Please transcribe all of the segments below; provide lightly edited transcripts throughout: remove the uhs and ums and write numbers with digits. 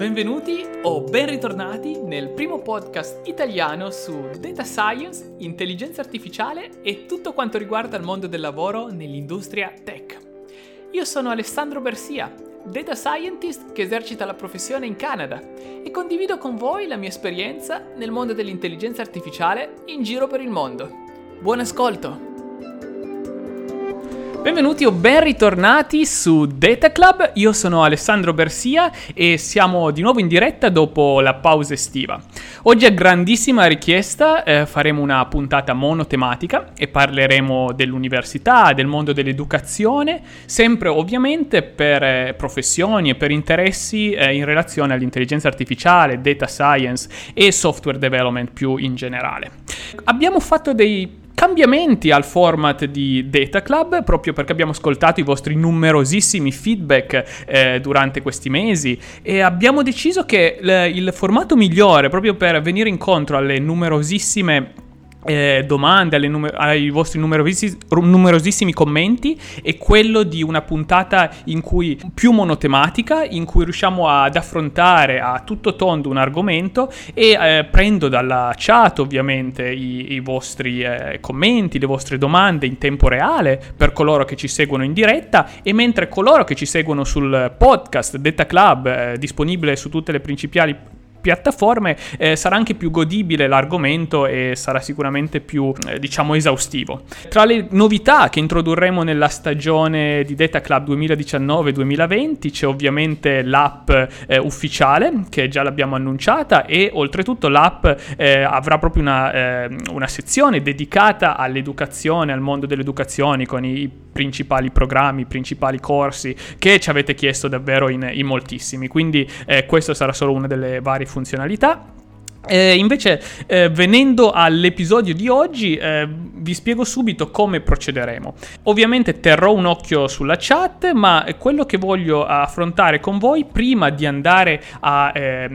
Benvenuti o ben ritornati nel primo podcast italiano su Data Science, intelligenza artificiale e tutto quanto riguarda il mondo del lavoro nell'industria tech. Io sono Alessandro Bersia, Data Scientist che esercita la professione in Canada e condivido con voi la mia esperienza nel mondo dell'intelligenza artificiale in giro per il mondo. Buon ascolto! Benvenuti o ben ritornati su Data Club, io sono Alessandro Bersia e siamo di nuovo in diretta dopo la pausa estiva. Oggi a grandissima richiesta faremo una puntata monotematica e parleremo dell'università, del mondo dell'educazione, sempre ovviamente per professioni e per interessi in relazione all'intelligenza artificiale, data science e software development più in generale. Abbiamo fatto dei cambiamenti al format di Data Club proprio perché abbiamo ascoltato i vostri numerosissimi feedback durante questi mesi e abbiamo deciso che il formato migliore proprio per venire incontro alle numerosissime domande, ai vostri numerosissimi commenti è quello di una puntata in cui più monotematica, in cui riusciamo ad affrontare a tutto tondo un argomento e prendo dalla chat ovviamente i vostri commenti, le vostre domande in tempo reale per coloro che ci seguono in diretta, e mentre coloro che ci seguono sul podcast Data Club disponibile su tutte le principali piattaforme sarà anche più godibile l'argomento e sarà sicuramente più esaustivo. Tra le novità che introdurremo nella stagione di Data Club 2019-2020 c'è ovviamente l'app ufficiale, che già l'abbiamo annunciata, e oltretutto l'app avrà proprio una sezione dedicata all'educazione, al mondo dell'educazione, con i principali programmi, i principali corsi che ci avete chiesto davvero in moltissimi, quindi questa sarà solo una delle varie funzionalità. Invece venendo all'episodio di oggi vi spiego subito come procederemo. Ovviamente terrò un occhio sulla chat, ma quello che voglio affrontare con voi prima di andare a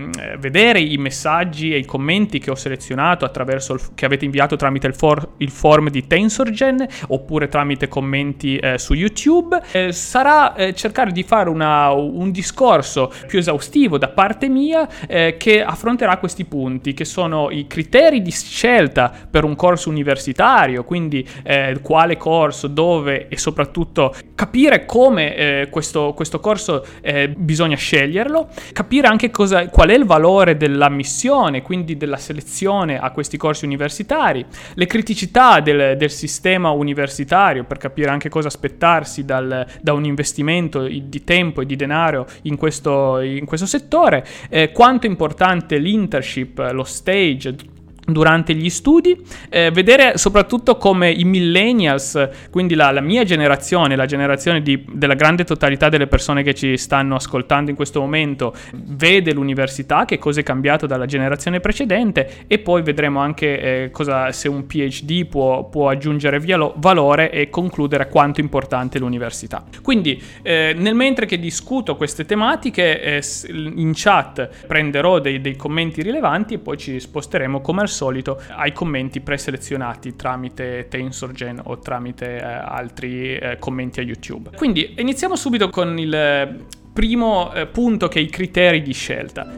vedere i messaggi e i commenti che ho selezionato attraverso che avete inviato tramite il form di TensorGen oppure tramite commenti su YouTube, sarà cercare di fare un discorso più esaustivo da parte mia che affronterà questi punti, che sono i criteri di scelta per un corso universitario, quindi quale corso, dove e soprattutto capire come questo corso bisogna sceglierlo, capire anche qual è il valore dell'ammissione, quindi della selezione a questi corsi universitari, le criticità del sistema universitario per capire anche cosa aspettarsi da un investimento di tempo e di denaro in questo settore, quanto è importante l'internship, lo stage durante gli studi, vedere soprattutto come i millennials, quindi la mia generazione, la generazione della grande totalità delle persone che ci stanno ascoltando in questo momento, vede l'università, che cosa è cambiato dalla generazione precedente, e poi vedremo anche se un PhD può aggiungere valore e concludere quanto è importante l'università. Quindi nel mentre che discuto queste tematiche in chat prenderò dei commenti rilevanti e poi ci sposteremo come al solito ai commenti preselezionati tramite TensorGen o tramite altri commenti a YouTube. Quindi iniziamo subito con il primo punto, che è i criteri di scelta.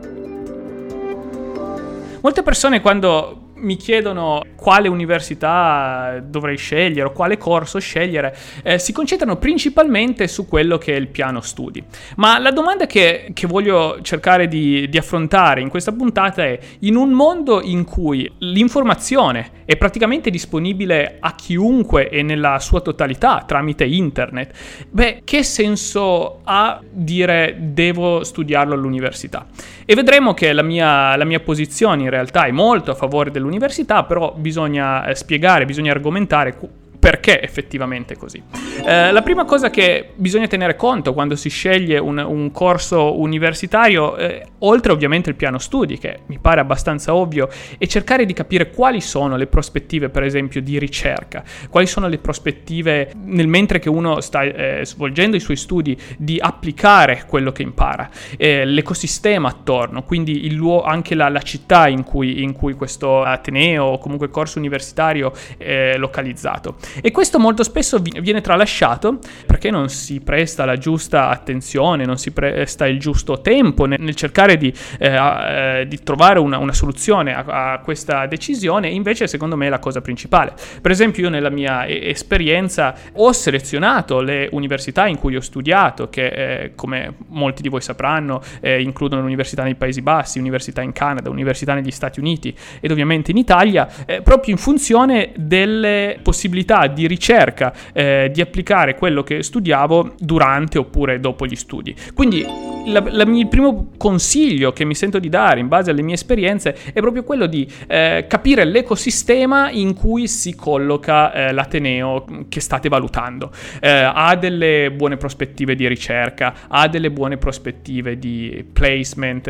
Molte persone, quando mi chiedono quale università dovrei scegliere o quale corso scegliere, si concentrano principalmente su quello che è il piano studi. Ma la domanda che voglio cercare di affrontare in questa puntata è: in un mondo in cui l'informazione è praticamente disponibile a chiunque e nella sua totalità tramite internet, che senso ha dire devo studiarlo all'università? E vedremo che la mia posizione in realtà è molto a favore dell'università, però bisogna spiegare, bisogna argomentare perché effettivamente è così. La prima cosa che bisogna tenere conto quando si sceglie un corso universitario, oltre ovviamente il piano studi, che mi pare abbastanza ovvio, è cercare di capire quali sono le prospettive, per esempio, di ricerca, quali sono le prospettive nel mentre che uno sta svolgendo i suoi studi, di applicare quello che impara, l'ecosistema attorno, quindi anche la città in cui questo ateneo o comunque corso universitario è localizzato. E questo molto spesso viene tralasciato perché non si presta la giusta attenzione, non si presta il giusto tempo nel cercare di trovare una soluzione a questa decisione. Invece secondo me è la cosa principale. Per esempio io nella mia esperienza ho selezionato le università in cui ho studiato, che come molti di voi sapranno includono università nei Paesi Bassi, università in Canada, università negli Stati Uniti ed ovviamente in Italia, proprio in funzione delle possibilità di ricerca, di applicare quello che studiavo durante oppure dopo gli studi. Quindi il primo consiglio che mi sento di dare in base alle mie esperienze è proprio quello di capire l'ecosistema in cui si colloca l'ateneo che state valutando. Ha delle buone prospettive di ricerca, ha delle buone prospettive di placement,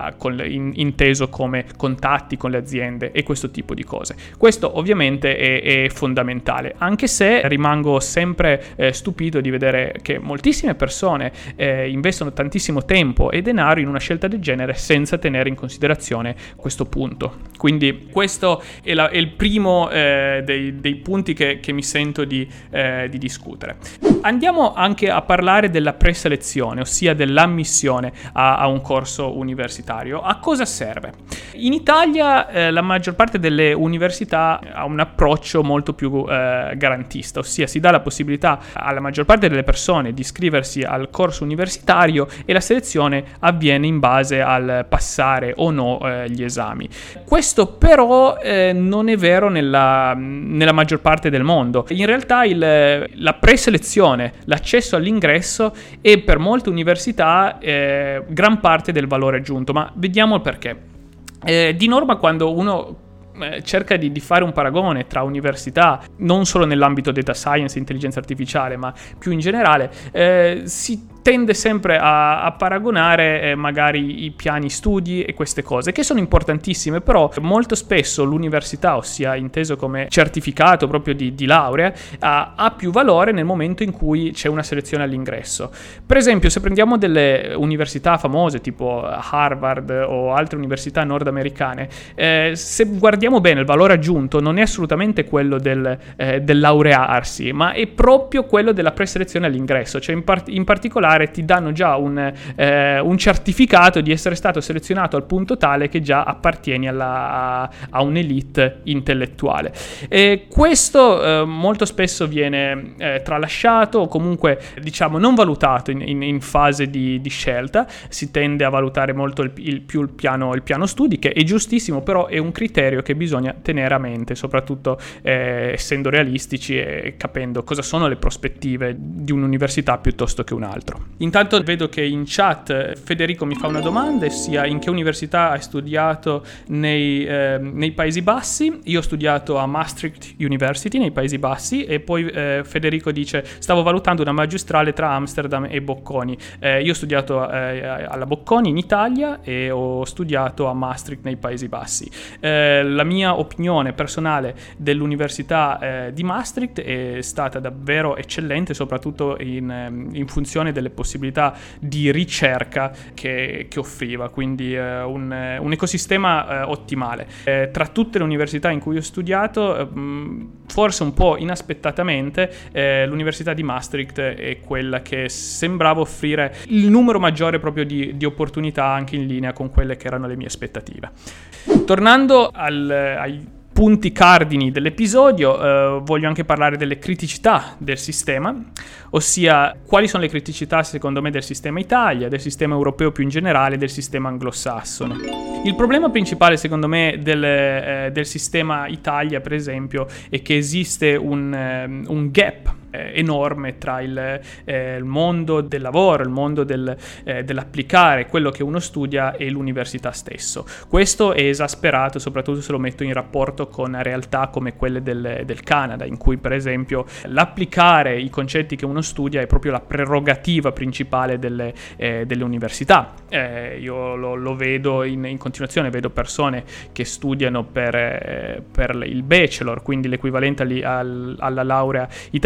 inteso come contatti con le aziende e questo tipo di cose. Questo ovviamente è fondamentale, anche se rimango sempre stupito di vedere che moltissime persone investono tantissimo tempo e denaro in una scelta del genere senza tenere in considerazione questo punto. Quindi questo è il primo dei punti che mi sento di discutere. Andiamo anche a parlare della preselezione, ossia dell'ammissione a un corso universitario. A cosa serve? In Italia la maggior parte delle università ha un approccio molto più garantista, ossia si dà la possibilità alla maggior parte delle persone di iscriversi al corso universitario e la selezione avviene in base al passare o no gli esami. Questo però non è vero nella maggior parte del mondo. In realtà la preselezione, l'accesso all'ingresso è per molte università gran parte del valore aggiunto, ma vediamo il perché. Di norma quando uno cerca di fare un paragone tra università, non solo nell'ambito data science e intelligenza artificiale, ma più in generale, si tende sempre a paragonare magari i piani studi e queste cose, che sono importantissime, però molto spesso l'università, ossia inteso come certificato proprio di laurea, ha più valore nel momento in cui c'è una selezione all'ingresso. Per esempio, se prendiamo delle università famose tipo Harvard o altre università nordamericane, se guardiamo bene il valore aggiunto non è assolutamente quello del laurearsi, ma è proprio quello della preselezione all'ingresso, cioè in particolare ti danno già un certificato di essere stato selezionato al punto tale che già appartieni a un'elite intellettuale. E questo molto spesso viene tralasciato o comunque diciamo non valutato in fase di scelta. Si tende a valutare molto il piano studi, che è giustissimo, però è un criterio che bisogna tenere a mente, soprattutto essendo realistici e capendo cosa sono le prospettive di un'università piuttosto che un altro. Intanto vedo che in chat Federico mi fa una domanda, sia in che università hai studiato nei Paesi Bassi. Io ho studiato a Maastricht University nei Paesi Bassi e poi Federico dice stavo valutando una magistrale tra Amsterdam e Bocconi. Io ho studiato alla Bocconi in Italia e ho studiato a Maastricht nei Paesi Bassi. La mia opinione personale dell'università di Maastricht è stata davvero eccellente, soprattutto in funzione delle possibilità di ricerca che offriva, quindi un ecosistema ottimale. Tra tutte le università in cui ho studiato, forse un po' inaspettatamente, l'università di Maastricht è quella che sembrava offrire il numero maggiore proprio di opportunità, anche in linea con quelle che erano le mie aspettative. Tornando ai punti cardini dell'episodio, voglio anche parlare delle criticità del sistema, ossia quali sono le criticità secondo me del sistema Italia, del sistema europeo più in generale, del sistema anglosassone. Il problema principale secondo me del sistema Italia, per esempio, è che esiste un gap enorme tra il mondo del lavoro, il mondo dell'applicare quello che uno studia e l'università stesso. Questo è esasperato soprattutto se lo metto in rapporto con realtà come quelle del Canada, in cui per esempio l'applicare i concetti che uno studia è proprio la prerogativa principale delle università. Io lo vedo in continuazione, vedo persone che studiano per il bachelor, quindi l'equivalente alla laurea italiana,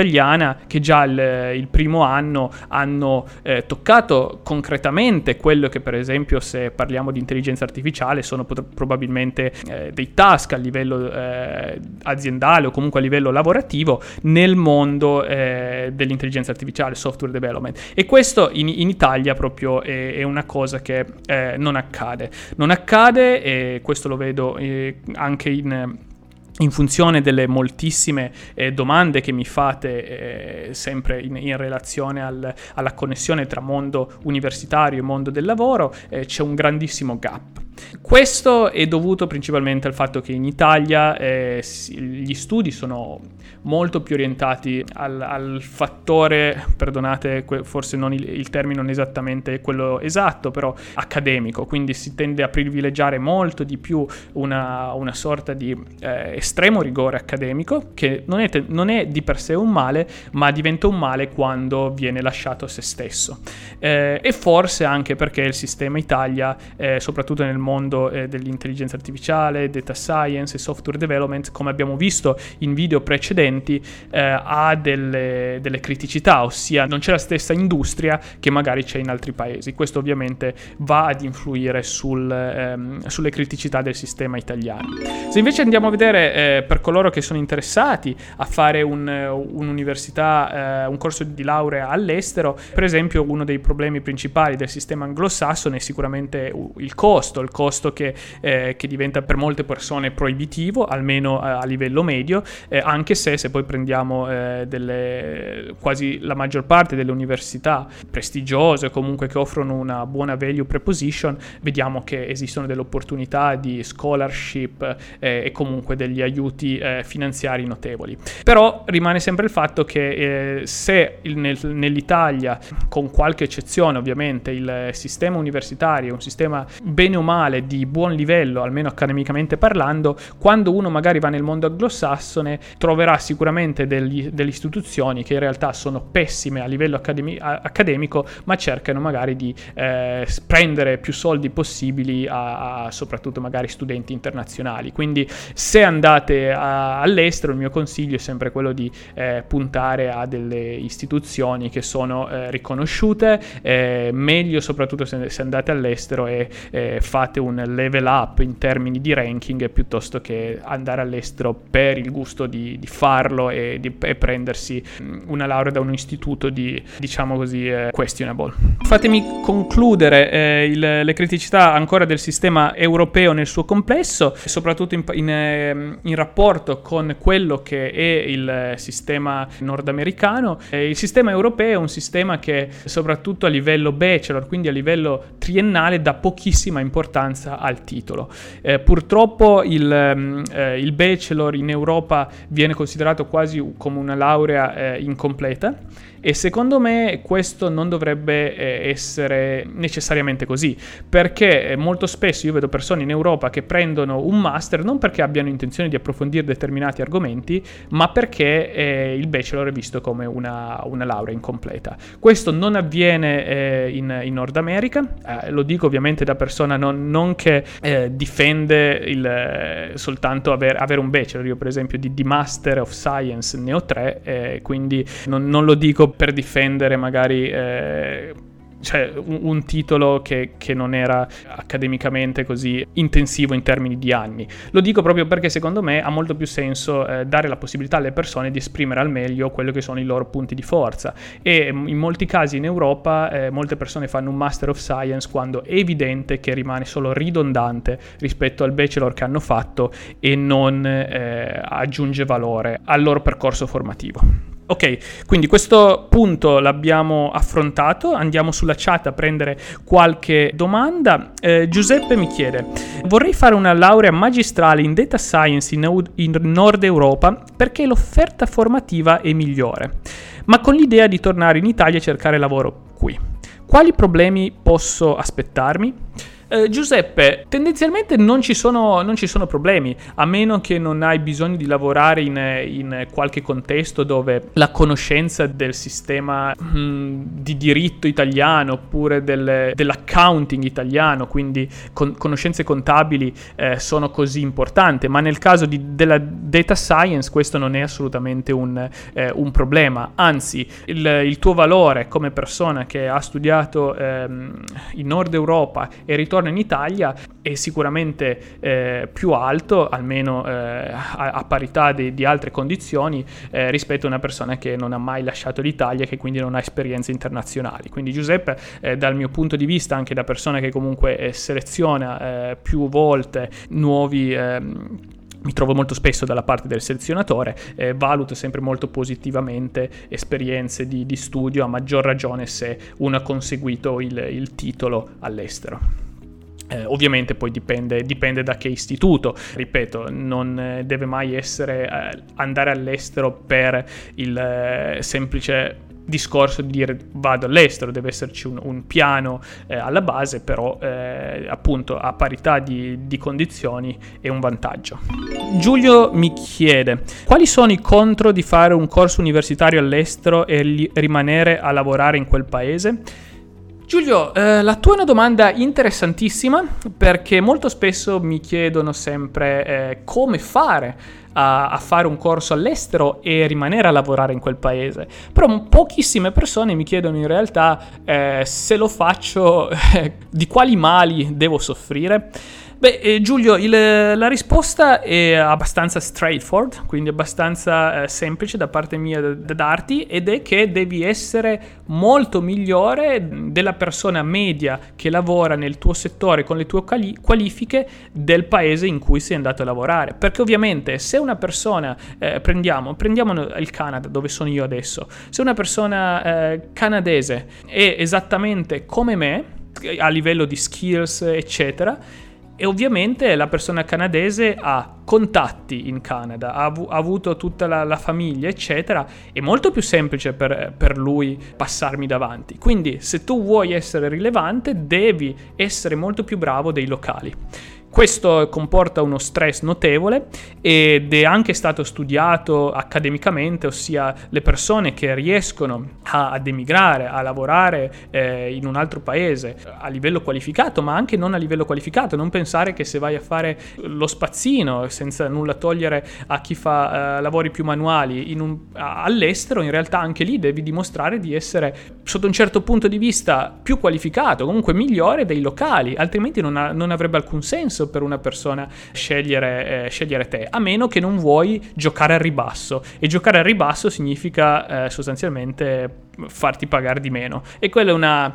italiana che già il primo anno hanno toccato concretamente quello che, per esempio, se parliamo di intelligenza artificiale, sono probabilmente dei task a livello aziendale o comunque a livello lavorativo nel mondo dell'intelligenza artificiale, software development. E questo in Italia proprio è una cosa che non accade. Non accade, e questo lo vedo anche in funzione delle moltissime domande che mi fate sempre in relazione alla connessione tra mondo universitario e mondo del lavoro. C'è un grandissimo gap. Questo è dovuto principalmente al fatto che in Italia gli studi sono molto più orientati al fattore, perdonate, forse non il termine non è esattamente quello esatto, però accademico, quindi si tende a privilegiare molto di più una sorta di estremo rigore accademico, che non è di per sé un male, ma diventa un male quando viene lasciato a se stesso. E forse anche perché il sistema Italia, soprattutto nel mondo dell'intelligenza artificiale, data science e software development, come abbiamo visto in video precedenti, ha delle criticità, ossia non c'è la stessa industria che magari c'è in altri paesi. Questo ovviamente va ad influire sulle criticità del sistema italiano. Se invece andiamo a vedere per coloro che sono interessati a fare un'università, un corso di laurea all'estero, per esempio uno dei problemi principali del sistema anglosassone è sicuramente il costo che diventa per molte persone proibitivo, almeno a livello medio, anche se poi prendiamo quasi la maggior parte delle università prestigiose, comunque che offrono una buona value proposition, vediamo che esistono delle opportunità di scholarship e comunque degli aiuti finanziari notevoli. Però rimane sempre il fatto che se nell'Italia, con qualche eccezione ovviamente, il sistema universitario è un sistema bene o male di buon livello, almeno accademicamente parlando, quando uno magari va nel mondo anglosassone troverà sicuramente delle istituzioni che in realtà sono pessime a livello accademico, ma cercano magari di prendere più soldi possibili a soprattutto magari studenti internazionali. Quindi se andate all'estero, il mio consiglio è sempre quello di puntare a delle istituzioni che sono riconosciute, meglio soprattutto se andate all'estero e fate un level up in termini di ranking, piuttosto che andare all'estero per il gusto di farlo e prendersi una laurea da un istituto diciamo così questionable. Fatemi concludere le criticità ancora del sistema europeo nel suo complesso, soprattutto in rapporto con quello che è il sistema nordamericano. Il sistema europeo è un sistema che soprattutto a livello bachelor, quindi a livello triennale, dà pochissima importanza al titolo. Purtroppo il bachelor in Europa viene considerato quasi come una laurea incompleta, e secondo me questo non dovrebbe essere necessariamente così, perché molto spesso io vedo persone in Europa che prendono un master non perché abbiano intenzione di approfondire determinati argomenti, ma perché il bachelor è visto come una laurea incompleta. Questo non avviene in Nord America, lo dico ovviamente da persona non che difende soltanto avere un bachelor. Io per esempio di Master of Science ne ho 3, quindi non lo dico per difendere magari un titolo che non era accademicamente così intensivo in termini di anni. Lo dico proprio perché secondo me ha molto più senso dare la possibilità alle persone di esprimere al meglio quello che sono i loro punti di forza, e in molti casi in Europa molte persone fanno un Master of Science quando è evidente che rimane solo ridondante rispetto al bachelor che hanno fatto e non aggiunge valore al loro percorso formativo. Ok, quindi questo punto l'abbiamo affrontato. Andiamo sulla chat a prendere qualche domanda. Giuseppe mi chiede: vorrei fare una laurea magistrale in data science in Nord Europa perché l'offerta formativa è migliore, ma con l'idea di tornare in Italia a cercare lavoro qui. Quali problemi posso aspettarmi? Giuseppe, tendenzialmente non ci sono problemi, a meno che non hai bisogno di lavorare in qualche contesto dove la conoscenza del sistema di diritto italiano oppure dell'accounting italiano, quindi conoscenze contabili, sono così importanti, ma nel caso della data science questo non è assolutamente un problema, anzi il tuo valore come persona che ha studiato in Nord Europa e ritorna in Italia è sicuramente più alto, almeno a parità di altre condizioni, rispetto a una persona che non ha mai lasciato l'Italia e che quindi non ha esperienze internazionali. Quindi Giuseppe, dal mio punto di vista, anche da persona che comunque seleziona più volte nuovi mi trovo molto spesso dalla parte del selezionatore, valuto sempre molto positivamente esperienze di studio, a maggior ragione se uno ha conseguito il titolo all'estero. Ovviamente poi dipende da che istituto, ripeto, non deve mai essere andare all'estero per il semplice discorso di dire vado all'estero, deve esserci un piano alla base, però appunto a parità di condizioni è un vantaggio. Giulio mi chiede: quali sono i contro di fare un corso universitario all'estero e rimanere a lavorare in quel paese? Giulio, la tua è una domanda interessantissima, perché molto spesso mi chiedono sempre come fare a fare un corso all'estero e rimanere a lavorare in quel paese. Però pochissime persone mi chiedono in realtà se lo faccio di quali mali devo soffrire. Beh, Giulio, la risposta è abbastanza straightforward, quindi abbastanza semplice da parte mia da darti, ed è che devi essere molto migliore della persona media che lavora nel tuo settore con le tue qualifiche del paese in cui sei andato a lavorare. Perché ovviamente se una persona, prendiamo il Canada, dove sono io adesso, se una persona canadese è esattamente come me, a livello di skills, eccetera, e ovviamente la persona canadese ha contatti in Canada, ha avuto tutta la famiglia, eccetera, è molto più semplice per lui passarmi davanti. Quindi se tu vuoi essere rilevante devi essere molto più bravo dei locali. Questo comporta uno stress notevole ed è anche stato studiato accademicamente, ossia le persone che riescono ad emigrare, a lavorare in un altro paese a livello qualificato, ma anche non a livello qualificato. Non pensare che se vai a fare lo spazzino, senza nulla togliere a chi fa lavori più manuali all'estero, in realtà anche lì devi dimostrare di essere, sotto un certo punto di vista, più qualificato, comunque migliore dei locali, altrimenti non avrebbe alcun senso per una persona scegliere te, a meno che non vuoi giocare al ribasso, e giocare al ribasso significa sostanzialmente farti pagare di meno, e quella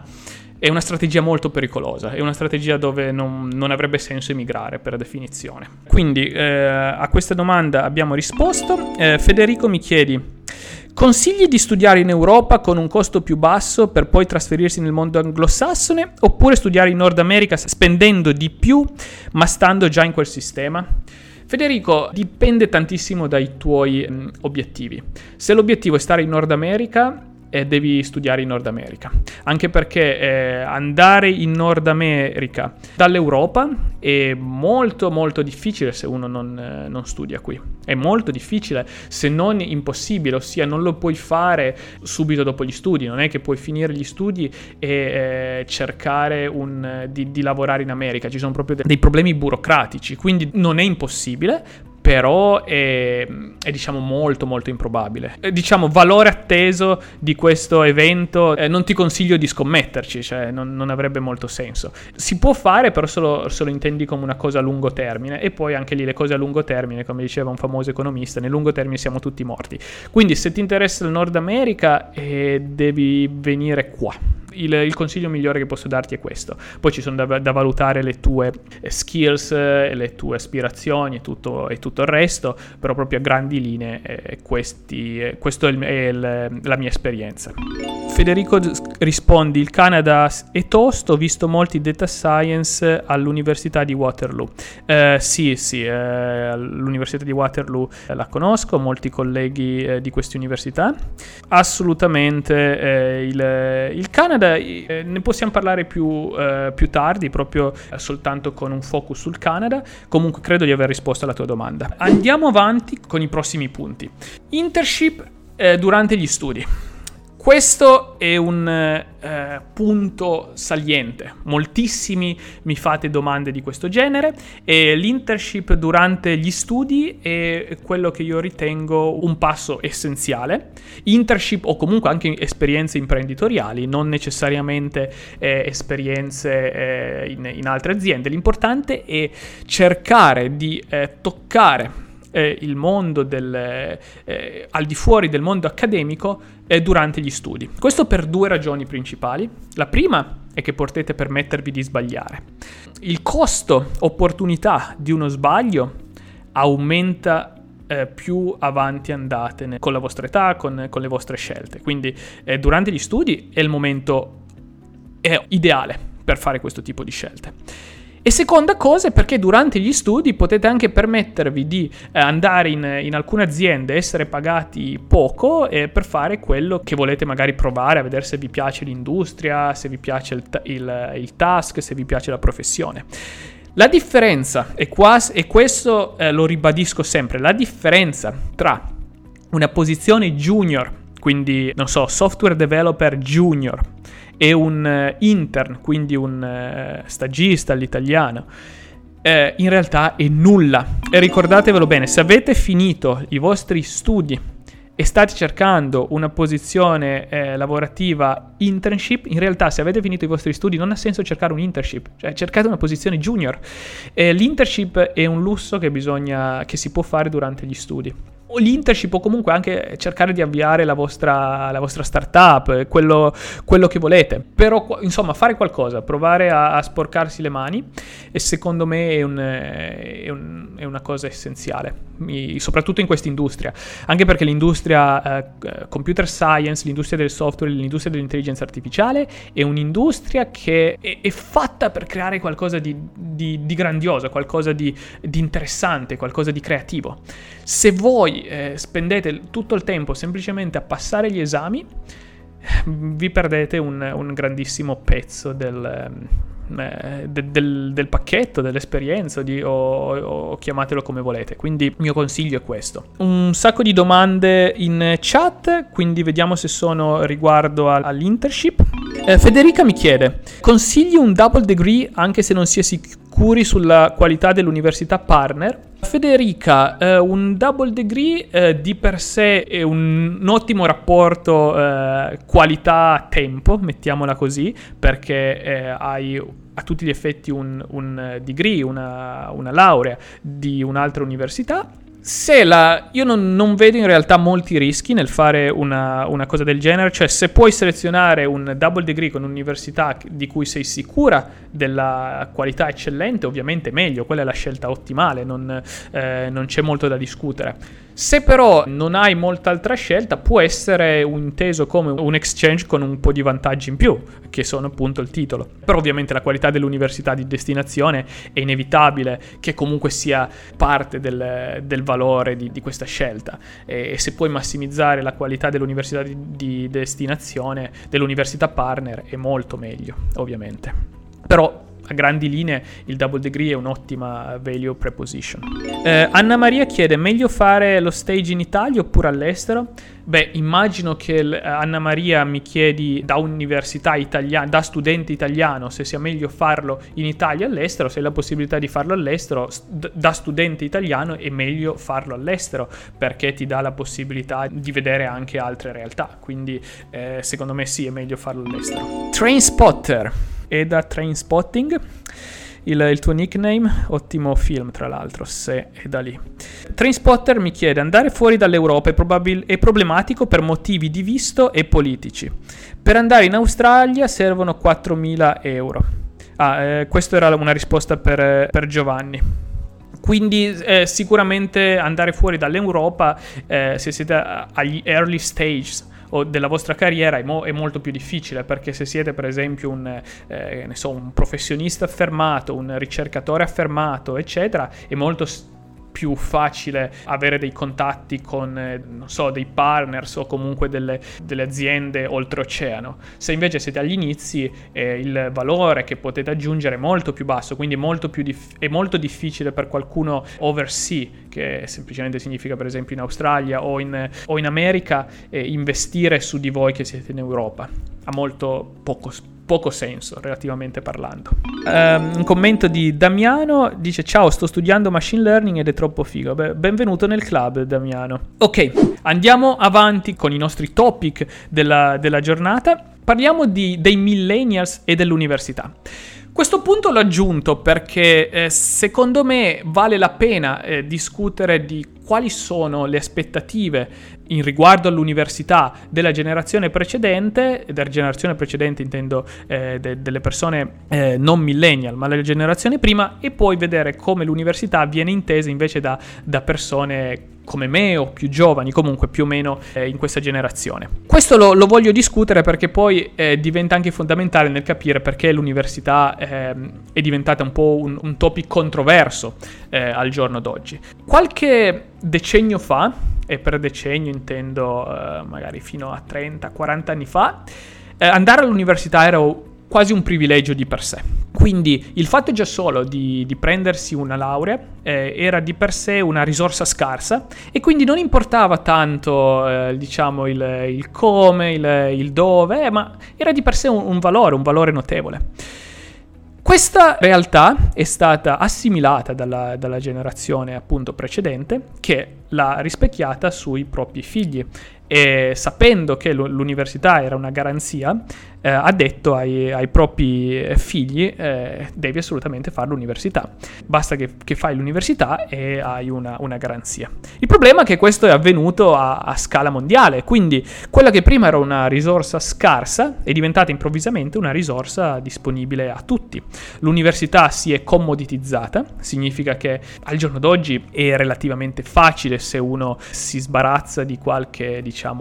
è una strategia molto pericolosa, è una strategia dove non avrebbe senso emigrare per definizione. Quindi a questa domanda abbiamo risposto. Federico mi chiedi: consigli di studiare in Europa con un costo più basso per poi trasferirsi nel mondo anglosassone, oppure studiare in Nord America spendendo di più ma stando già in quel sistema? Federico, dipende tantissimo dai tuoi obiettivi. Se l'obiettivo è stare in Nord America, devi studiare in Nord America, anche perché andare in Nord America dall'Europa è molto molto difficile se uno non studia qui. È molto difficile, se non impossibile, ossia non lo puoi fare subito dopo gli studi. Non è che puoi finire gli studi e cercare di lavorare in America. Ci sono proprio dei problemi burocratici, quindi non è impossibile, però è diciamo molto molto improbabile. Diciamo valore atteso di questo evento, non ti consiglio di scommetterci, cioè non avrebbe molto senso. Si può fare, però se lo intendi come una cosa a lungo termine, e poi anche lì le cose a lungo termine, come diceva un famoso economista, nel lungo termine siamo tutti morti. Quindi se ti interessa il Nord America, devi venire qua. Il consiglio migliore che posso darti è questo. Poi ci sono da valutare le tue skills, le tue aspirazioni e tutto il resto, però proprio a grandi linee questo è la mia esperienza. Federico rispondi: il Canada è tosto, ho visto molti data science all'Università di Waterloo. Sì, l'Università di Waterloo la conosco, molti colleghi di queste università. Assolutamente il Canada domanda ne possiamo parlare più tardi, proprio soltanto con un focus sul Canada. Comunque credo di aver risposto alla tua domanda. Andiamo avanti con i prossimi punti. Internship durante gli studi. Questo è un punto saliente. Moltissimi mi fate domande di questo genere e l'internship durante gli studi è quello che io ritengo un passo essenziale. Internship o comunque anche esperienze imprenditoriali, non necessariamente esperienze in altre aziende. L'importante è cercare di toccare il mondo al di fuori del mondo accademico durante gli studi. Questo per due ragioni principali. La prima è che potete permettervi di sbagliare. Il costo opportunità di uno sbaglio aumenta più avanti andate con la vostra età, con le vostre scelte. Quindi durante gli studi è il momento ideale per fare questo tipo di scelte. E seconda cosa è perché durante gli studi potete anche permettervi di andare in alcune aziende, essere pagati poco per fare quello che volete magari provare, a vedere se vi piace l'industria, se vi piace il task, se vi piace la professione. La differenza, e questo lo ribadisco sempre, la differenza tra una posizione junior, quindi non so, software developer junior, e un intern, quindi un stagista all'italiano, in realtà è nulla. E ricordatevelo bene, se avete finito i vostri studi e state cercando una posizione lavorativa internship, in realtà se avete finito i vostri studi non ha senso cercare un internship, cioè cercate una posizione junior. L'internship è un lusso che si può fare durante gli studi. O l'internship o comunque anche cercare di avviare la vostra startup, quello che volete. Però insomma fare qualcosa, provare a sporcarsi le mani, e secondo me è una cosa essenziale, soprattutto in questa industria, anche perché l'industria computer science, l'industria del software, l'industria dell'intelligenza artificiale è un'industria che è fatta per creare qualcosa di grandioso, qualcosa di interessante, qualcosa di creativo. Se voi spendete tutto il tempo semplicemente a passare gli esami, vi perdete un grandissimo pezzo del pacchetto, dell'esperienza, o chiamatelo come volete. Quindi il mio consiglio è questo. Un sacco di domande in chat, quindi vediamo se sono riguardo all'internship. Federica mi chiede: consigli un double degree anche se non si è sicuri sulla qualità dell'università partner? Federica, un double degree di per sé è un ottimo rapporto qualità-tempo, mettiamola così, perché hai a tutti gli effetti un degree, una laurea di un'altra università. Io non vedo in realtà molti rischi nel fare una cosa del genere, cioè se puoi selezionare un double degree con un'università di cui sei sicura della qualità eccellente, ovviamente meglio, quella è la scelta ottimale, non c'è molto da discutere. Se però non hai molta altra scelta, può essere inteso come un exchange con un po' di vantaggi in più, che sono appunto il titolo. Però ovviamente la qualità dell'università di destinazione è inevitabile che comunque sia parte del valore di questa scelta. E se puoi massimizzare la qualità dell'università di destinazione, dell'università partner, è molto meglio, ovviamente. Però a grandi linee il double degree è un'ottima value preposition. Anna Maria chiede: meglio fare lo stage in Italia oppure all'estero? Beh, immagino che Anna Maria mi chiedi da università italiana, da studente italiano, se sia meglio farlo in Italia o all'estero. Se hai la possibilità di farlo all'estero, da studente italiano è meglio farlo all'estero, perché ti dà la possibilità di vedere anche altre realtà. Quindi secondo me sì, è meglio farlo all'estero. Trainspotter è da Trainspotting il tuo nickname, ottimo film tra l'altro, se è da lì. Trainspotter mi chiede: andare fuori dall'Europa è problematico per motivi di visto e politici. Per andare in Australia servono 4.000 euro. Questa era una risposta per Giovanni. Quindi sicuramente andare fuori dall'Europa, se siete agli early stages o della vostra carriera, è molto più difficile, perché se siete per esempio un professionista affermato, un ricercatore affermato, eccetera, è molto più facile avere dei contatti con, non so, dei partners o comunque delle aziende oltreoceano. Se invece siete agli inizi, il valore che potete aggiungere è molto più basso, quindi è molto difficile per qualcuno oversea, che semplicemente significa per esempio in Australia o in America, investire su di voi che siete in Europa. Ha molto poco senso, relativamente parlando. Un commento di Damiano dice: ciao, sto studiando machine learning ed è troppo figo. Beh, benvenuto nel club, Damiano. Ok, andiamo avanti con i nostri topic della giornata. Parliamo dei millennials e dell'università. Questo punto l'ho aggiunto perché secondo me vale la pena discutere di quali sono le aspettative in riguardo all'università della generazione precedente. Della generazione precedente intendo delle persone non millennial, ma della generazione prima, e poi vedere come l'università viene intesa invece da persone come me o più giovani, comunque più o meno in questa generazione. Questo lo voglio discutere perché poi diventa anche fondamentale nel capire perché l'università è diventata un po' un topic controverso al giorno d'oggi. Qualche decennio fa, e per decennio intendo magari fino a 30-40 anni fa, andare all'università era quasi un privilegio di per sé. Quindi il fatto già solo di prendersi una laurea era di per sé una risorsa scarsa, e quindi non importava tanto diciamo il come, il dove, ma era di per sé un valore notevole. Questa realtà è stata assimilata dalla generazione appunto precedente, che l'ha rispecchiata sui propri figli, e sapendo che l'università era una garanzia, ha detto ai propri figli: devi assolutamente fare l'università, basta che fai l'università e hai una garanzia. Il problema è che questo è avvenuto a scala mondiale, quindi quella che prima era una risorsa scarsa è diventata improvvisamente una risorsa disponibile a tutti. L'università si è commoditizzata, significa che al giorno d'oggi è relativamente facile, se uno si sbarazza di qualche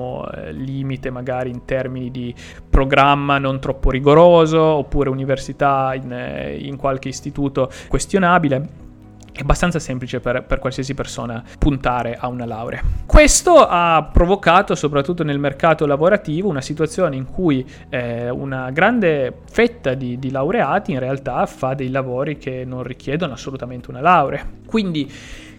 limite magari in termini di programma non troppo rigoroso, oppure università in qualche istituto questionabile. È abbastanza semplice per qualsiasi persona puntare a una laurea. Questo ha provocato, soprattutto nel mercato lavorativo, una situazione in cui una grande fetta di laureati in realtà fa dei lavori che non richiedono assolutamente una laurea. Quindi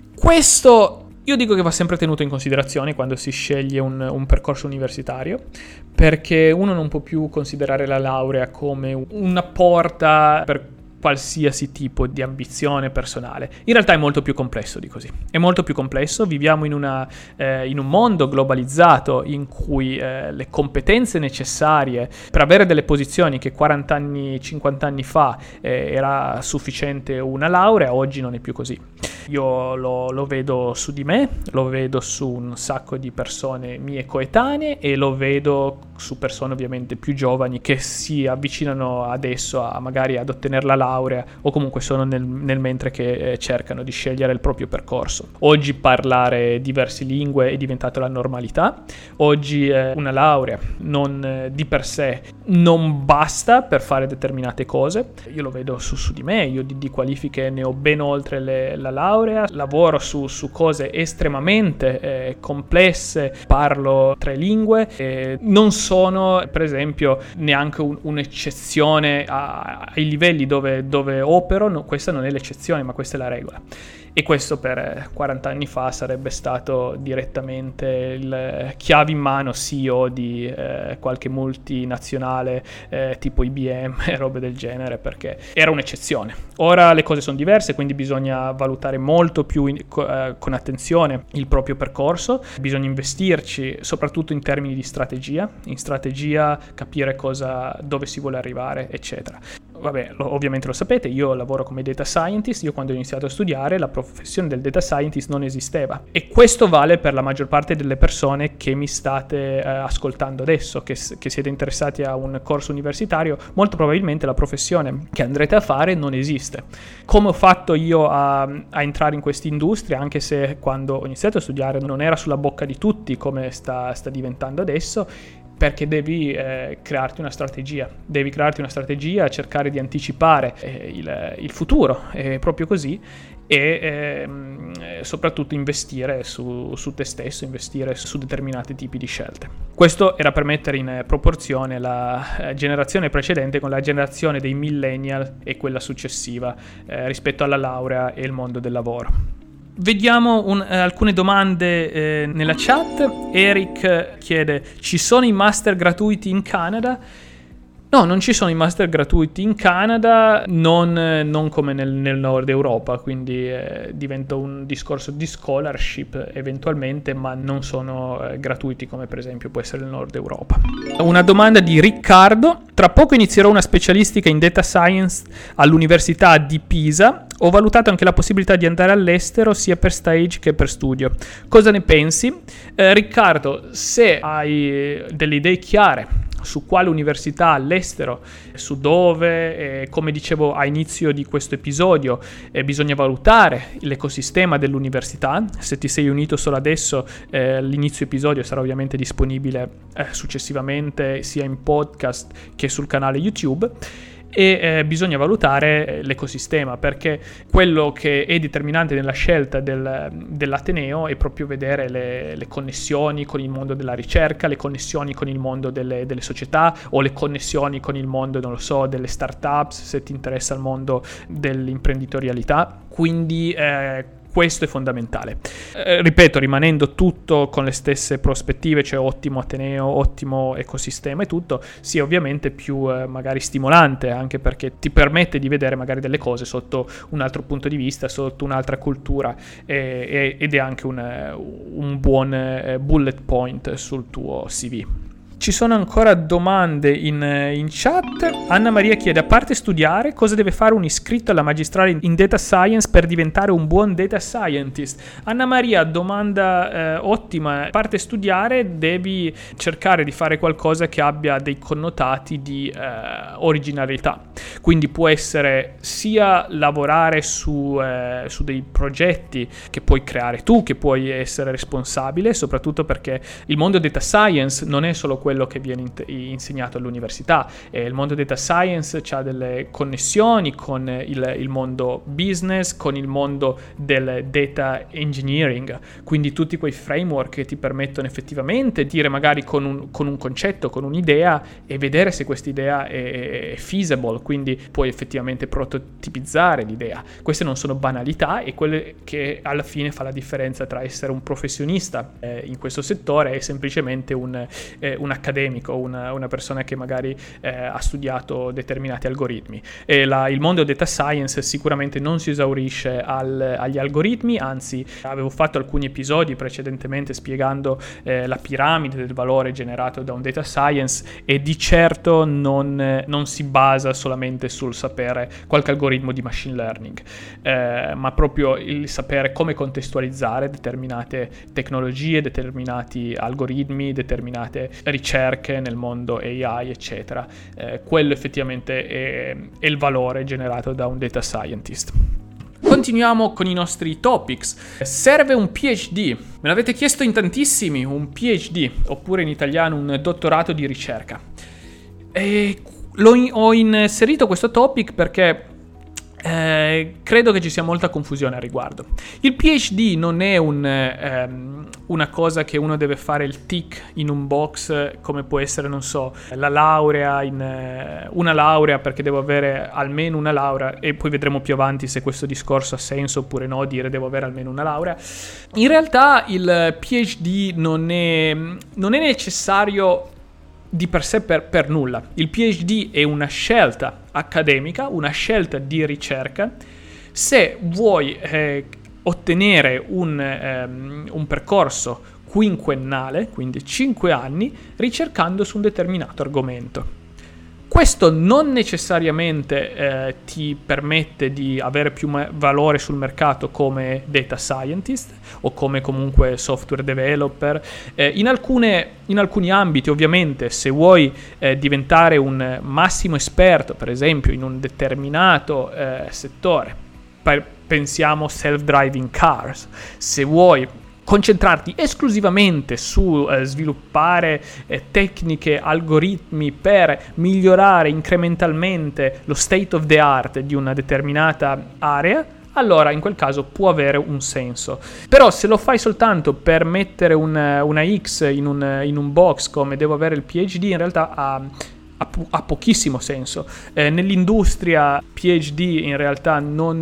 questo io dico che va sempre tenuto in considerazione quando si sceglie un percorso universitario, perché uno non può più considerare la laurea come una porta per qualsiasi tipo di ambizione personale. In realtà è molto più complesso di così. È molto più complesso. Viviamo in un mondo globalizzato in cui le competenze necessarie per avere delle posizioni che 40 anni, 50 anni fa era sufficiente una laurea, oggi non è più così. Io lo vedo su di me, lo vedo su un sacco di persone mie coetanee, e lo vedo su persone ovviamente più giovani che si avvicinano adesso magari ad ottenere la laurea, o comunque sono nel mentre che cercano di scegliere il proprio percorso. Oggi parlare diverse lingue è diventato la normalità. Oggi una laurea di per sé non basta per fare determinate cose. Io lo vedo su di me, io di qualifiche ne ho ben oltre la laurea, lavoro su cose estremamente complesse, parlo 3 lingue, non sono per esempio neanche un'eccezione ai livelli dove opero. No, questa non è l'eccezione, ma questa è la regola. E questo per 40 anni fa sarebbe stato direttamente il chiave in mano CEO di qualche multinazionale tipo IBM e robe del genere, perché era un'eccezione. Ora le cose sono diverse, quindi bisogna valutare molto più con attenzione il proprio percorso, bisogna investirci soprattutto in termini di strategia, capire dove si vuole arrivare, eccetera. Vabbè, ovviamente lo sapete, io lavoro come data scientist. Io quando ho iniziato a studiare la professione del data scientist non esisteva, e questo vale per la maggior parte delle persone che mi state ascoltando adesso, che siete interessati a un corso universitario. Molto probabilmente la professione che andrete a fare non esiste. Come ho fatto io a entrare in questa industria, anche se quando ho iniziato a studiare non era sulla bocca di tutti come sta diventando adesso, perché devi crearti una strategia, cercare di anticipare il futuro, è proprio così. e soprattutto investire su te stesso, investire su determinati tipi di scelte. Questo era per mettere in proporzione la generazione precedente con la generazione dei millennial e quella successiva rispetto alla laurea e il mondo del lavoro. Vediamo alcune domande nella chat. Eric chiede: ci sono i master gratuiti in Canada? No, non ci sono i master gratuiti in Canada, non come nel nord Europa, quindi diventa un discorso di scholarship eventualmente, ma non sono gratuiti come per esempio può essere il nord Europa. Una domanda di Riccardo: tra poco inizierò una specialistica in data science all'Università di Pisa. Ho valutato anche la possibilità di andare all'estero sia per stage che per studio. Cosa ne pensi? Riccardo, se hai delle idee chiare su quale università all'estero, su dove, come dicevo a inizio di questo episodio, bisogna valutare l'ecosistema dell'università. Se ti sei unito solo adesso, l'inizio episodio sarà ovviamente disponibile successivamente sia in podcast che sul canale YouTube. E bisogna valutare l'ecosistema, perché quello che è determinante nella scelta dell'Ateneo è proprio vedere le connessioni con il mondo della ricerca, le connessioni con il mondo delle società, o le connessioni con il mondo, non lo so, delle startups, se ti interessa il mondo dell'imprenditorialità. Quindi questo è fondamentale. Ripeto, rimanendo tutto con le stesse prospettive, cioè ottimo Ateneo, ottimo ecosistema e tutto, sia ovviamente più magari stimolante, anche perché ti permette di vedere magari delle cose sotto un altro punto di vista, sotto un'altra cultura, ed è anche un buon bullet point sul tuo CV. Ci sono ancora domande in chat. Anna Maria chiede: a parte studiare, cosa deve fare un iscritto alla magistrale in data science per diventare un buon data scientist? Anna Maria, domanda ottima. A parte studiare, devi cercare di fare qualcosa che abbia dei connotati di originalità. Quindi può essere sia lavorare su dei progetti che puoi creare tu, che puoi essere responsabile, soprattutto perché il mondo data science non è solo quello che viene insegnato all'università. Il mondo data science ha delle connessioni con il mondo business, con il mondo del data engineering, quindi tutti quei framework che ti permettono effettivamente di dire magari con un concetto, con un'idea, e vedere se questa idea è feasible, quindi puoi effettivamente prototipizzare l'idea. Queste non sono banalità, e quelle che alla fine fa la differenza tra essere un professionista in questo settore e semplicemente un accademico, una persona che magari ha studiato determinati algoritmi. Il mondo data science sicuramente non si esaurisce agli algoritmi, anzi avevo fatto alcuni episodi precedentemente spiegando la piramide del valore generato da un data science, e di certo non si basa solamente sul sapere qualche algoritmo di machine learning, ma proprio il sapere come contestualizzare determinate tecnologie, determinati algoritmi, determinate ricerche nel mondo AI, eccetera. Quello effettivamente è il valore generato da un data scientist. Continuiamo con i nostri topics. Serve un PhD? Me l'avete chiesto in tantissimi, un PhD, oppure in italiano un dottorato di ricerca. Ho inserito questo topic perché credo che ci sia molta confusione al riguardo. Il PhD non è una cosa che uno deve fare il tick in un box, come può essere, non so, la laurea, una laurea, perché devo avere almeno una laurea, e poi vedremo più avanti se questo discorso ha senso oppure no, dire devo avere almeno una laurea. In realtà il PhD non è necessario di per sé per nulla. Il PhD è una scelta accademica, una scelta di ricerca. Se vuoi ottenere un percorso quinquennale, quindi 5 anni, ricercando su un determinato argomento. Questo non necessariamente ti permette di avere più valore sul mercato come data scientist o come comunque software developer. In alcuni ambiti, ovviamente, se vuoi diventare un massimo esperto, per esempio, in un determinato settore, pensiamo self-driving cars, se vuoi concentrarti esclusivamente su sviluppare tecniche, algoritmi per migliorare incrementalmente lo state of the art di una determinata area, allora in quel caso può avere un senso. Però se lo fai soltanto per mettere una X in un box come devo avere il PhD, in realtà ha pochissimo senso. Nell'industria PhD in realtà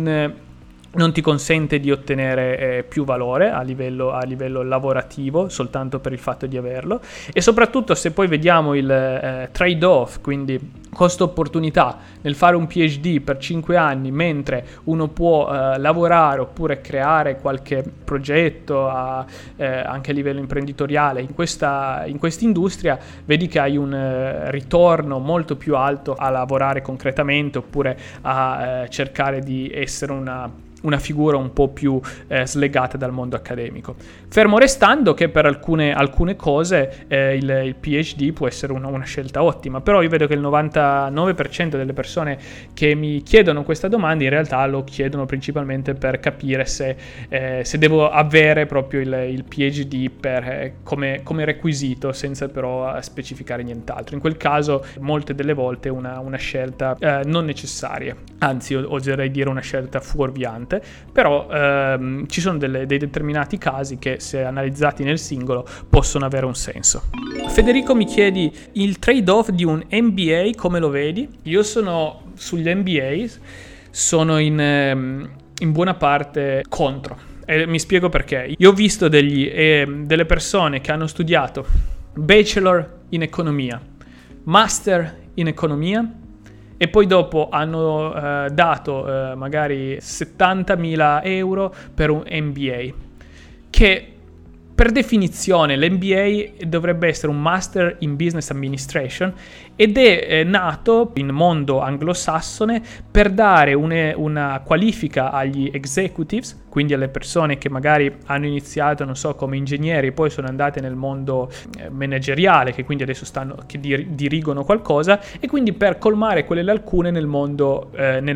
non ti consente di ottenere più valore a livello lavorativo soltanto per il fatto di averlo, e soprattutto se poi vediamo il trade-off, quindi costo-opportunità nel fare un PhD per 5 anni mentre uno può lavorare oppure creare qualche progetto anche a livello imprenditoriale in questa industria, vedi che hai un ritorno molto più alto a lavorare concretamente oppure a cercare di essere una figura un po' più slegata dal mondo accademico. Fermo restando che per alcune cose il PhD può essere una scelta ottima, però io vedo che il 99% delle persone che mi chiedono questa domanda in realtà lo chiedono principalmente per capire se devo avere proprio il PhD come requisito, senza però specificare nient'altro. In quel caso molte delle volte è una scelta non necessaria, anzi oserei dire una scelta fuorviante. Però ci sono dei determinati casi che, se analizzati nel singolo, possono avere un senso. Federico mi chiedi il trade-off di un MBA, come lo vedi? Io sono sugli MBA, sono in buona parte contro, e mi spiego perché. Io ho visto delle persone che hanno studiato bachelor in economia, master in economia, e poi dopo hanno dato magari 70.000 euro per un MBA, che per definizione l'MBA dovrebbe essere un Master in Business Administration ed è nato in mondo anglosassone per dare una qualifica agli executives, quindi alle persone che magari hanno iniziato, non so, come ingegneri e poi sono andate nel mondo manageriale, che quindi adesso che dirigono qualcosa, e quindi per colmare quelle lacune nel mondo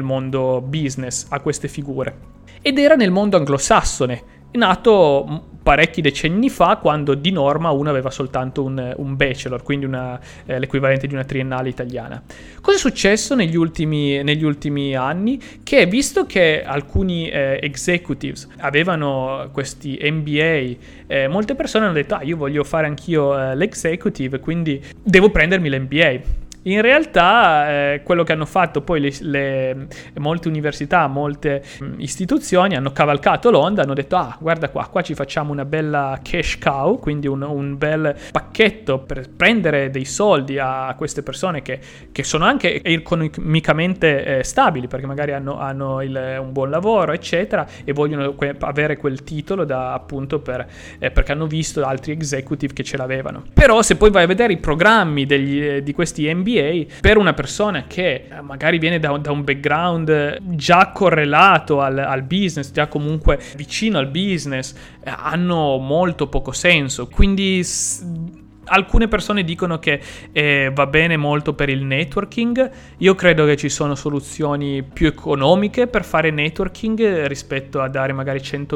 business a queste figure. Ed era nel mondo anglosassone, è nato parecchi decenni fa, quando di norma uno aveva soltanto un bachelor, quindi l'equivalente di una triennale italiana. Cosa è successo negli ultimi anni? Che visto che alcuni executives avevano questi MBA, molte persone hanno detto io voglio fare anch'io l'executive, quindi devo prendermi l'MBA. In realtà quello che hanno fatto poi molte università, molte istituzioni hanno cavalcato l'onda, hanno detto guarda qua ci facciamo una bella cash cow, quindi un bel pacchetto per prendere dei soldi a queste persone che sono anche economicamente stabili, perché magari hanno un buon lavoro eccetera, e vogliono avere quel titolo appunto perché hanno visto altri executive che ce l'avevano. Però se poi vai a vedere i programmi di questi MBA, per una persona che magari viene da un background già correlato al business, già comunque vicino al business, hanno molto poco senso. Quindi alcune persone dicono che va bene molto per il networking. Io credo che ci sono soluzioni più economiche per fare networking rispetto a dare magari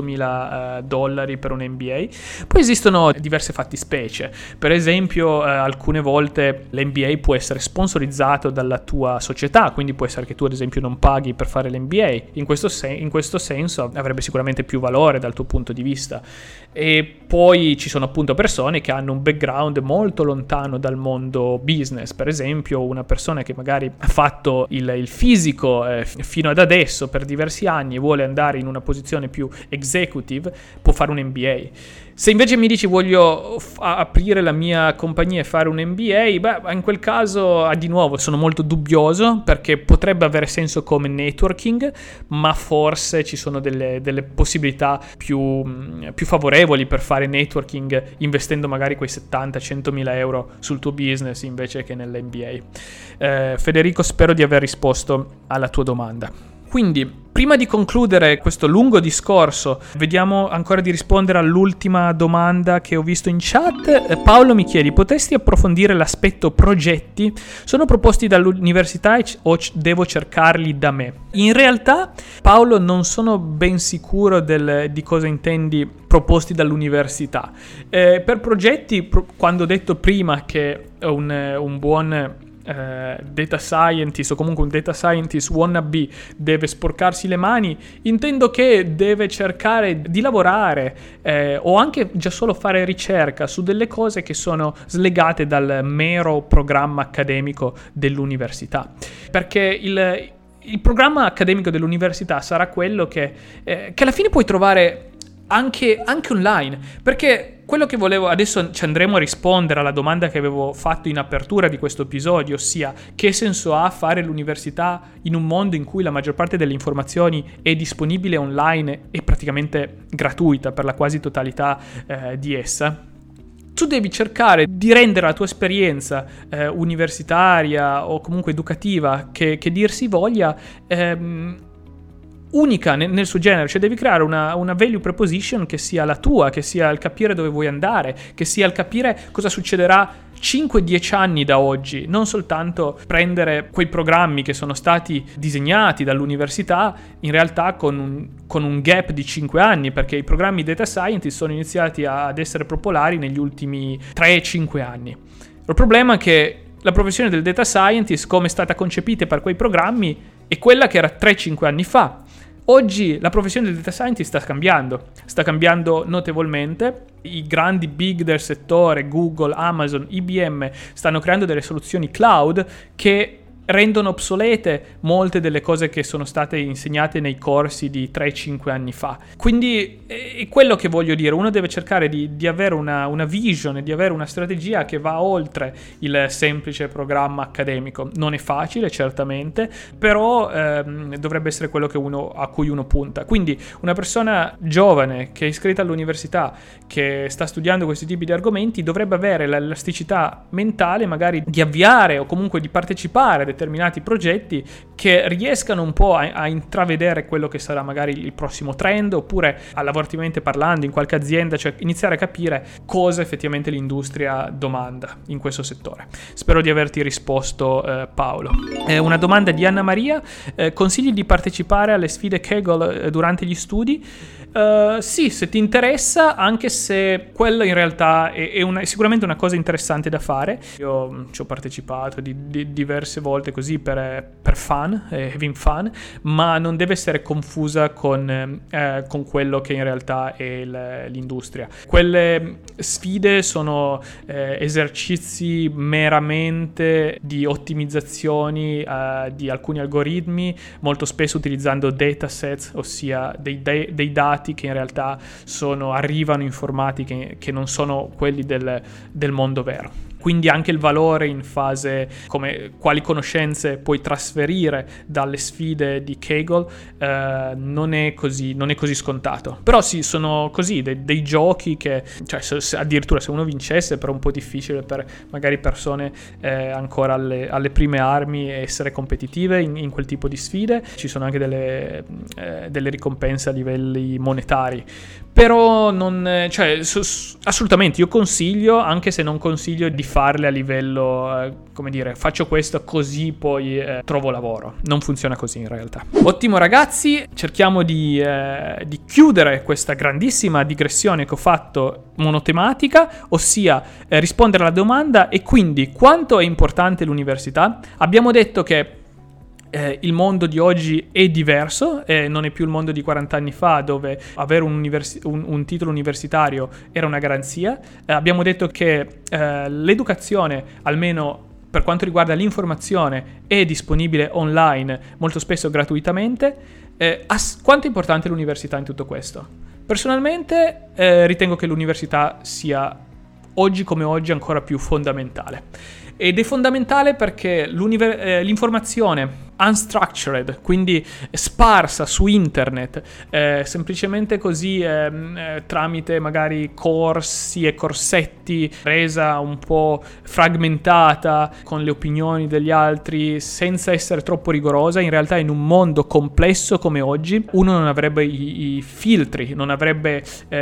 $100.000 per un MBA. Poi esistono diverse fattispecie. Per esempio, alcune volte l'MBA può essere sponsorizzato dalla tua società, quindi può essere che tu ad esempio non paghi per fare l'MBA. In questo senso avrebbe sicuramente più valore dal tuo punto di vista. E poi ci sono appunto persone che hanno un background molto lontano dal mondo business. Per esempio, una persona che magari ha fatto il fisico fino ad adesso per diversi anni e vuole andare in una posizione più executive, può fare un MBA. Se invece mi dici voglio aprire la mia compagnia e fare un MBA, in quel caso di nuovo sono molto dubbioso, perché potrebbe avere senso come networking, ma forse ci sono delle possibilità più favorevoli per fare networking investendo magari quei 70-100.000 euro sul tuo business invece che nell'MBA. Federico, spero di aver risposto alla tua domanda. Quindi, prima di concludere questo lungo discorso, vediamo ancora di rispondere all'ultima domanda che ho visto in chat. Paolo mi chiede: potresti approfondire l'aspetto progetti? Sono proposti dall'università o devo cercarli da me? In realtà, Paolo, non sono ben sicuro di cosa intendi proposti dall'università. Per progetti, quando ho detto prima che un buon data scientist o comunque un data scientist wannabe deve sporcarsi le mani, intendo che deve cercare di lavorare o anche già solo fare ricerca su delle cose che sono slegate dal mero programma accademico dell'università, perché il programma accademico dell'università sarà quello che alla fine puoi trovare anche online, perché quello che volevo, adesso ci andremo a rispondere alla domanda che avevo fatto in apertura di questo episodio, ossia che senso ha fare l'università in un mondo in cui la maggior parte delle informazioni è disponibile online e praticamente gratuita per la quasi totalità di essa. Tu devi cercare di rendere la tua esperienza universitaria o comunque educativa, che dir si voglia, unica nel suo genere, cioè devi creare una value proposition che sia la tua, che sia il capire dove vuoi andare, che sia il capire cosa succederà 5-10 anni da oggi, non soltanto prendere quei programmi che sono stati disegnati dall'università in realtà con un gap di 5 anni, perché i programmi data scientist sono iniziati ad essere popolari negli ultimi 3-5 anni. Il problema è che la professione del data scientist, come è stata concepita per quei programmi, è quella che era 3-5 anni fa. Oggi la professione del data scientist sta cambiando notevolmente. I grandi big del settore, Google, Amazon, IBM, stanno creando delle soluzioni cloud che rendono obsolete molte delle cose che sono state insegnate nei corsi di 3-5 anni fa. Quindi è quello che voglio dire, uno deve cercare di avere una vision, di avere una strategia che va oltre il semplice programma accademico. Non è facile, certamente, però dovrebbe essere quello a cui uno punta. Quindi una persona giovane che è iscritta all'università, che sta studiando questi tipi di argomenti, dovrebbe avere l'elasticità mentale magari di avviare o comunque di partecipare a determinati progetti che riescano un po' a intravedere quello che sarà magari il prossimo trend, oppure lavorativamente parlando in qualche azienda, cioè iniziare a capire cosa effettivamente l'industria domanda in questo settore. Spero di averti risposto, Paolo. Una domanda di Anna Maria: consigli di partecipare alle sfide Kaggle durante gli studi? Sì, se ti interessa, anche se quello in realtà è sicuramente una cosa interessante da fare. Io ci ho partecipato di diverse volte così per fun, having fun, ma non deve essere confusa con quello che in realtà è l'industria. Quelle sfide sono esercizi meramente di ottimizzazioni di alcuni algoritmi, molto spesso utilizzando datasets, ossia dei dati che in realtà arrivano informati che non sono quelli del mondo vero. Quindi anche il valore in fase come quali conoscenze puoi trasferire dalle sfide di Kaggle non è così scontato. Però sì, sono così dei giochi che, cioè, addirittura se uno vincesse, però un po' difficile per magari persone ancora alle prime armi essere competitive in quel tipo di sfide. Ci sono anche delle ricompense a livelli monetari. Però assolutamente io consiglio, anche se non consiglio di farle a livello, come dire, faccio questo così poi trovo lavoro. Non funziona così in realtà. Ottimo ragazzi, cerchiamo di chiudere questa grandissima digressione che ho fatto monotematica, ossia rispondere alla domanda: e quindi quanto è importante l'università? Abbiamo detto che il mondo di oggi è diverso, non è più il mondo di 40 anni fa dove avere un titolo universitario era una garanzia. Abbiamo detto che l'educazione, almeno per quanto riguarda l'informazione, è disponibile online, molto spesso gratuitamente. Quanto è importante l'università in tutto questo? Personalmente ritengo che l'università sia oggi come oggi ancora più fondamentale. Ed è fondamentale perché l'informazione unstructured, quindi sparsa su internet, semplicemente così tramite magari corsi e corsetti, resa un po' fragmentata con le opinioni degli altri, senza essere troppo rigorosa, in realtà in un mondo complesso come oggi uno non avrebbe i filtri, non avrebbe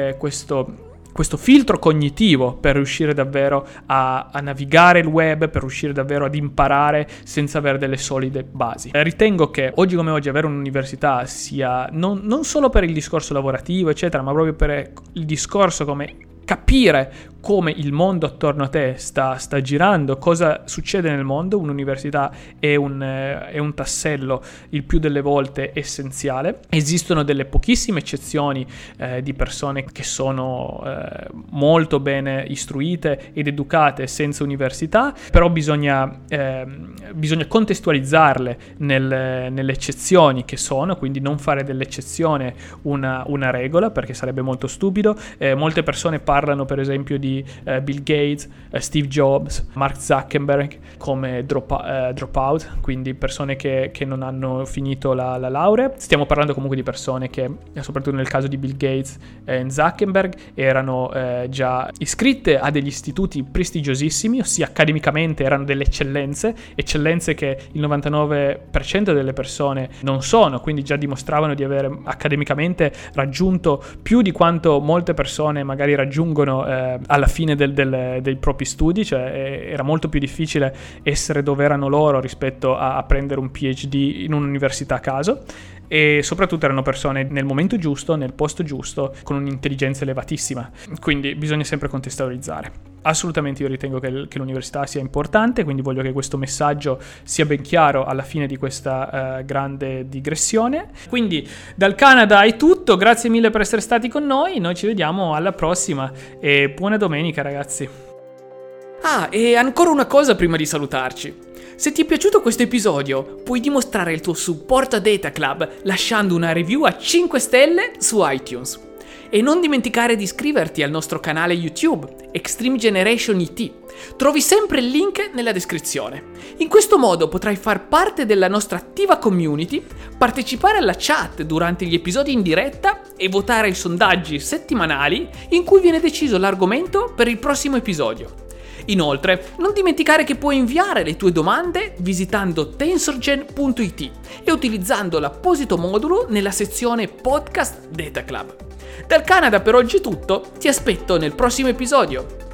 questo filtro cognitivo per riuscire davvero a navigare il web, per riuscire davvero ad imparare senza avere delle solide basi. Ritengo che oggi come oggi avere un'università sia non solo per il discorso lavorativo eccetera, ma proprio per il discorso come capire come il mondo attorno a te sta girando, cosa succede nel mondo. Un'università è un tassello il più delle volte essenziale. Esistono delle pochissime eccezioni di persone che sono molto bene istruite ed educate senza università, però bisogna contestualizzarle nelle eccezioni che sono, quindi non fare dell'eccezione una regola, perché sarebbe molto stupido. Molte persone parlano per esempio di Bill Gates, Steve Jobs, Mark Zuckerberg come dropout, quindi persone che non hanno finito la laurea. Stiamo parlando comunque di persone che, soprattutto nel caso di Bill Gates e Zuckerberg, erano già iscritte a degli istituti prestigiosissimi, ossia accademicamente erano delle eccellenze che il 99% delle persone non sono, quindi già dimostravano di avere accademicamente raggiunto più di quanto molte persone magari raggiungono alla fine dei propri studi. Cioè era molto più difficile essere dove erano loro rispetto a prendere un PhD in un'università a caso, e soprattutto erano persone nel momento giusto, nel posto giusto, con un'intelligenza elevatissima. Quindi bisogna sempre contestualizzare. Assolutamente io ritengo che l'università sia importante, quindi voglio che questo messaggio sia ben chiaro alla fine di questa grande digressione. Quindi dal Canada è tutto, grazie mille per essere stati con noi ci vediamo alla prossima e buona domenica ragazzi. E ancora una cosa prima di salutarci. Se ti è piaciuto questo episodio, puoi dimostrare il tuo supporto a Data Club lasciando una review a 5 stelle su iTunes. E non dimenticare di iscriverti al nostro canale YouTube, Extreme Generation IT. Trovi sempre il link nella descrizione. In questo modo potrai far parte della nostra attiva community, partecipare alla chat durante gli episodi in diretta e votare ai sondaggi settimanali in cui viene deciso l'argomento per il prossimo episodio. Inoltre, non dimenticare che puoi inviare le tue domande visitando tensorgen.it e utilizzando l'apposito modulo nella sezione Podcast Data Club. Dal Canada per oggi è tutto, ti aspetto nel prossimo episodio.